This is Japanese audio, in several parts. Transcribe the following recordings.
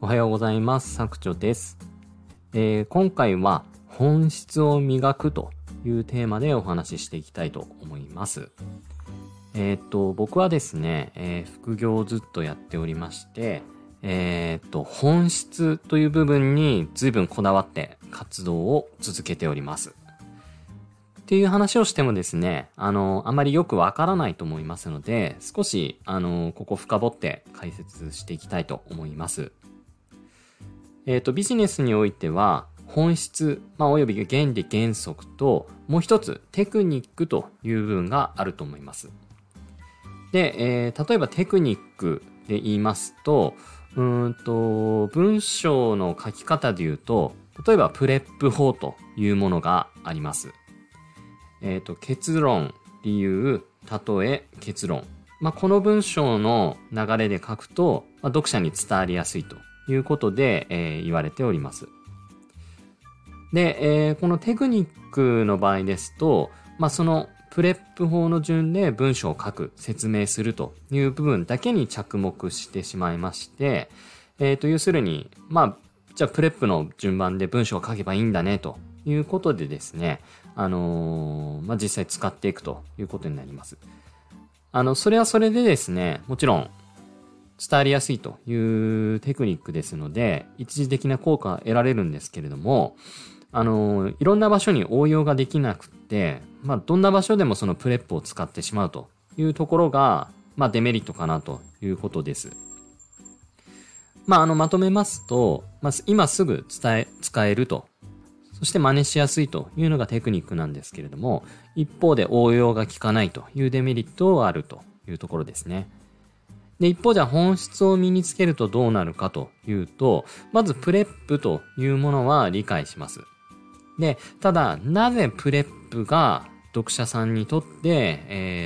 おはようございます。作長です。今回は本質を磨くというテーマでお話ししていきたいと思います。僕はですね、副業をずっとやっておりまして、本質という部分に随分こだわって活動を続けております。っていう話をしてもですね、あまりよくわからないと思いますので、少し、ここ深掘って解説していきたいと思います。ビジネスにおいては、本質、および原理原則と、もう一つテクニックという部分があると思います。で、例えばテクニックで言いますと、文章の書き方で言うと、例えばプレップ法というものがあります。結論、理由、例え、結論。この文章の流れで書くと、読者に伝わりやすいということで、言われております。で、このテクニックの場合ですと、そのプレップ法の順で文章を書く、説明するという部分だけに着目してしまいまして、要するに、じゃあプレップの順番で文章を書けばいいんだねということでですね、実際使っていくということになります。それはそれでですね、もちろん伝わりやすいというテクニックですので、一時的な効果が得られるんですけれども、いろんな場所に応用ができなくて、どんな場所でもそのプレップを使ってしまうというところが、デメリットかなということです。まとめますと、今すぐ使えると、そして真似しやすいというのがテクニックなんですけれども、一方で応用が効かないというデメリットがあるというところですね。で、一方じゃ本質を身につけるとどうなるかというと、まずプレップというものは理解します。で、ただ、なぜプレップが読者さんにとって、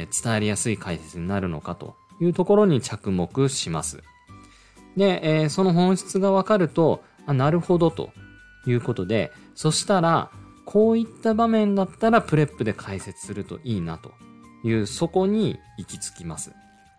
伝わりやすい解説になるのかというところに着目します。で、その本質がわかると、なるほどということで、そしたら、こういった場面だったらプレップで解説するといいなという、そこに行き着きます。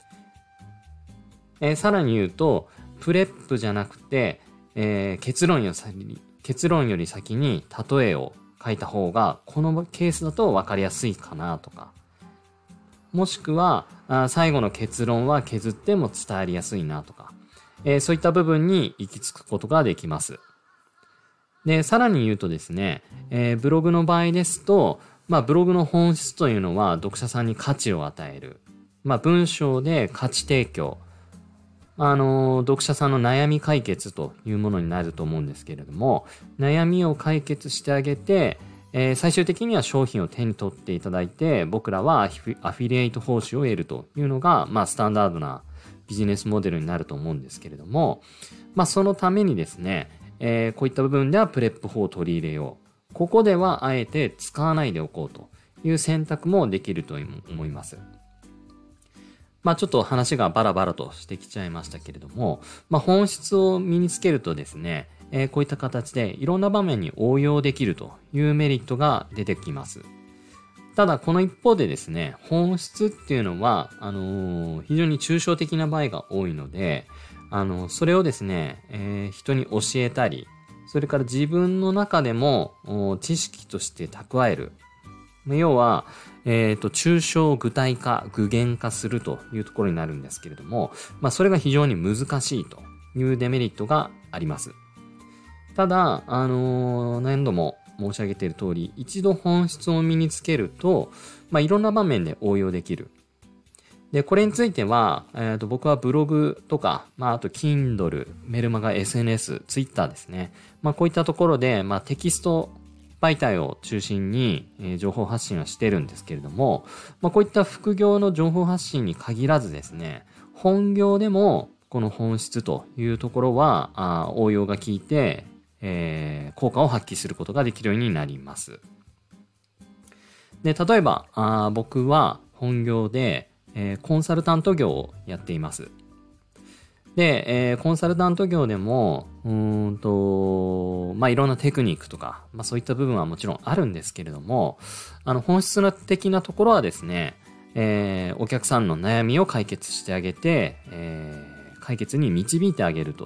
さらに言うと、プレップじゃなくて、結論より先に例えを書いた方が、このケースだと分かりやすいかなとか、もしくは、最後の結論は削っても伝わりやすいなとか、そういった部分に行き着くことができます。で、さらに言うとですね、ブログの場合ですと、ブログの本質というのは読者さんに価値を与える。文章で価値提供。読者さんの悩み解決というものになると思うんですけれども、悩みを解決してあげて、最終的には商品を手に取っていただいて、僕らはアフィリエイト報酬を得るというのが、スタンダードなビジネスモデルになると思うんですけれども、そのためにですね、こういった部分ではプレップ法を取り入れよう。ここではあえて使わないでおこうという選択もできると思います。ちょっと話がバラバラとしてきちゃいましたけれども、本質を身につけるとですね、こういった形でいろんな場面に応用できるというメリットが出てきます。ただこの一方でですね、本質っていうのは、非常に抽象的な場合が多いので、それをですね、人に教えたり、それから自分の中でも知識として蓄える。要は、抽象具体化、具現化するというところになるんですけれども、それが非常に難しいというデメリットがあります。ただ、何度も申し上げている通り、一度本質を身につけると、いろんな場面で応用できる。で、これについては、僕はブログとか、あと Kindle、メルマガ、SNS、Twitter ですね。こういったところで、テキスト媒体を中心に、情報発信はしてるんですけれども、こういった副業の情報発信に限らずですね、本業でもこの本質というところは応用が効いて、効果を発揮することができるようになります。で、例えば僕は本業で、コンサルタント業をやっています。で、コンサルタント業でも、いろんなテクニックとか、そういった部分はもちろんあるんですけれども、本質的なところはですね、お客さんの悩みを解決してあげて、解決に導いてあげると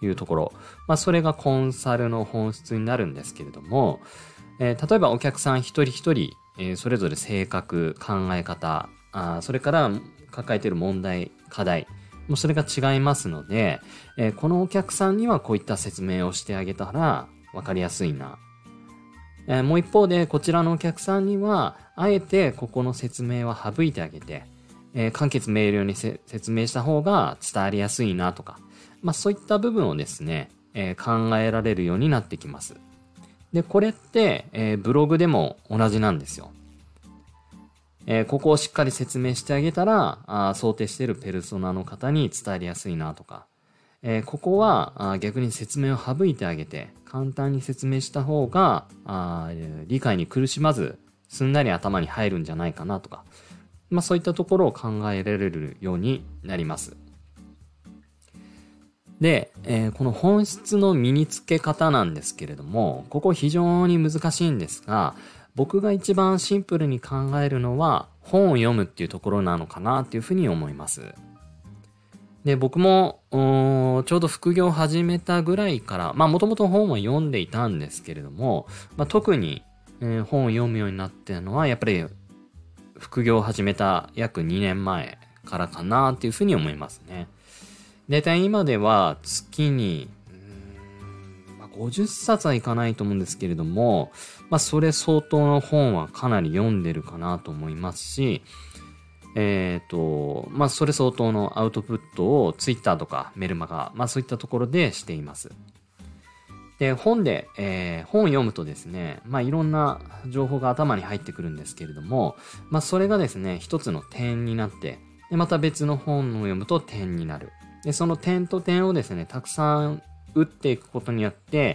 いうところ。それがコンサルの本質になるんですけれども、例えばお客さん一人一人、それぞれ性格、考え方、それから抱えている問題、課題、もうそれが違いますので、このお客さんにはこういった説明をしてあげたら分かりやすいな。もう一方でこちらのお客さんにはあえてここの説明は省いてあげて、簡潔明瞭に説明した方が伝わりやすいなとか、そういった部分をですね、考えられるようになってきます。で、これって、ブログでも同じなんですよ。ここをしっかり説明してあげたら、想定しているペルソナの方に伝わりやすいなとか、ここは逆に説明を省いてあげて、簡単に説明した方が理解に苦しまず、すんなり頭に入るんじゃないかなとか、そういったところを考えられるようになります。で、この本質の身につけ方なんですけれども、ここ非常に難しいんですが、僕が一番シンプルに考えるのは本を読むっていうところなのかなっていうふうに思います。で、僕もちょうど副業を始めたぐらいから、もともと本は読んでいたんですけれども、特に、本を読むようになったのはやっぱり副業を始めた約2年前からかなっていうふうに思いますね。だいたい今では月に50冊はいかないと思うんですけれども、それ相当の本はかなり読んでるかなと思いますし、それ相当のアウトプットをツイッターとかメルマガ、そういったところでしています。で、本を読むとですね、いろんな情報が頭に入ってくるんですけれども、それがですね、一つの点になって、でまた別の本を読むと点になる。で、その点と点をですね、たくさん打っていくことによって、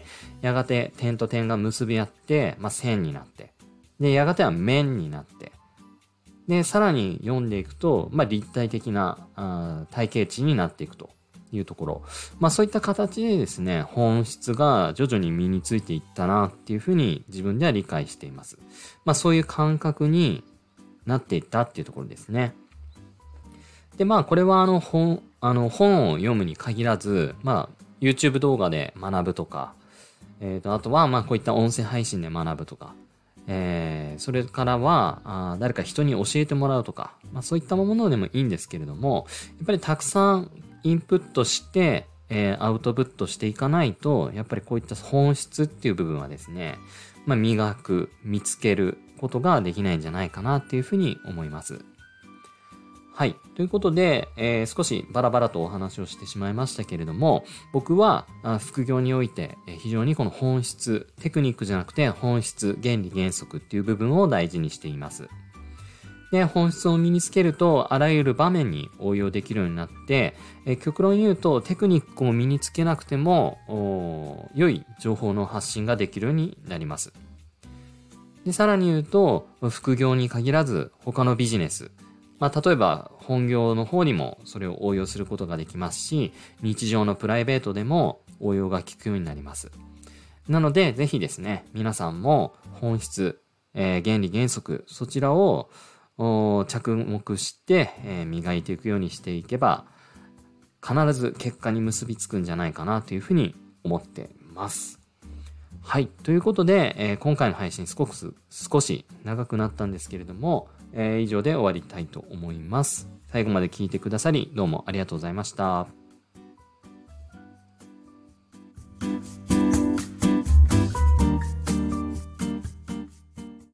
やがて点と点が結び合って、線になって、で、やがては面になって、で、さらに読んでいくと、立体的な体系値になっていくというところ。そういった形でですね、本質が徐々に身についていったなっていうふうに自分では理解しています。そういう感覚になっていったっていうところですね。で、これは本を読むに限らず、YouTube 動画で学ぶとか、あとはこういった音声配信で学ぶとか、それからは誰か人に教えてもらうとか、そういったものでもいいんですけれども、やっぱりたくさんインプットして、アウトプットしていかないと、やっぱりこういった本質っていう部分はですね、磨く、見つけることができないんじゃないかなっていうふうに思います。はい。ということで、少しバラバラとお話をしてしまいましたけれども、僕は副業において非常にこの本質、テクニックじゃなくて本質、原理原則っていう部分を大事にしています。で、本質を身につけるとあらゆる場面に応用できるようになって、極論言うとテクニックを身につけなくても良い情報の発信ができるようになります。で、さらに言うと副業に限らず他のビジネス、例えば本業の方にもそれを応用することができますし、日常のプライベートでも応用が効くようになります。なので、ぜひですね、皆さんも本質、原理原則、そちらを着目して、磨いていくようにしていけば、必ず結果に結びつくんじゃないかなというふうに思っています。はい。ということで、今回の配信少し長くなったんですけれども、以上で終わりたいと思います。最後まで聞いてくださりどうもありがとうございました。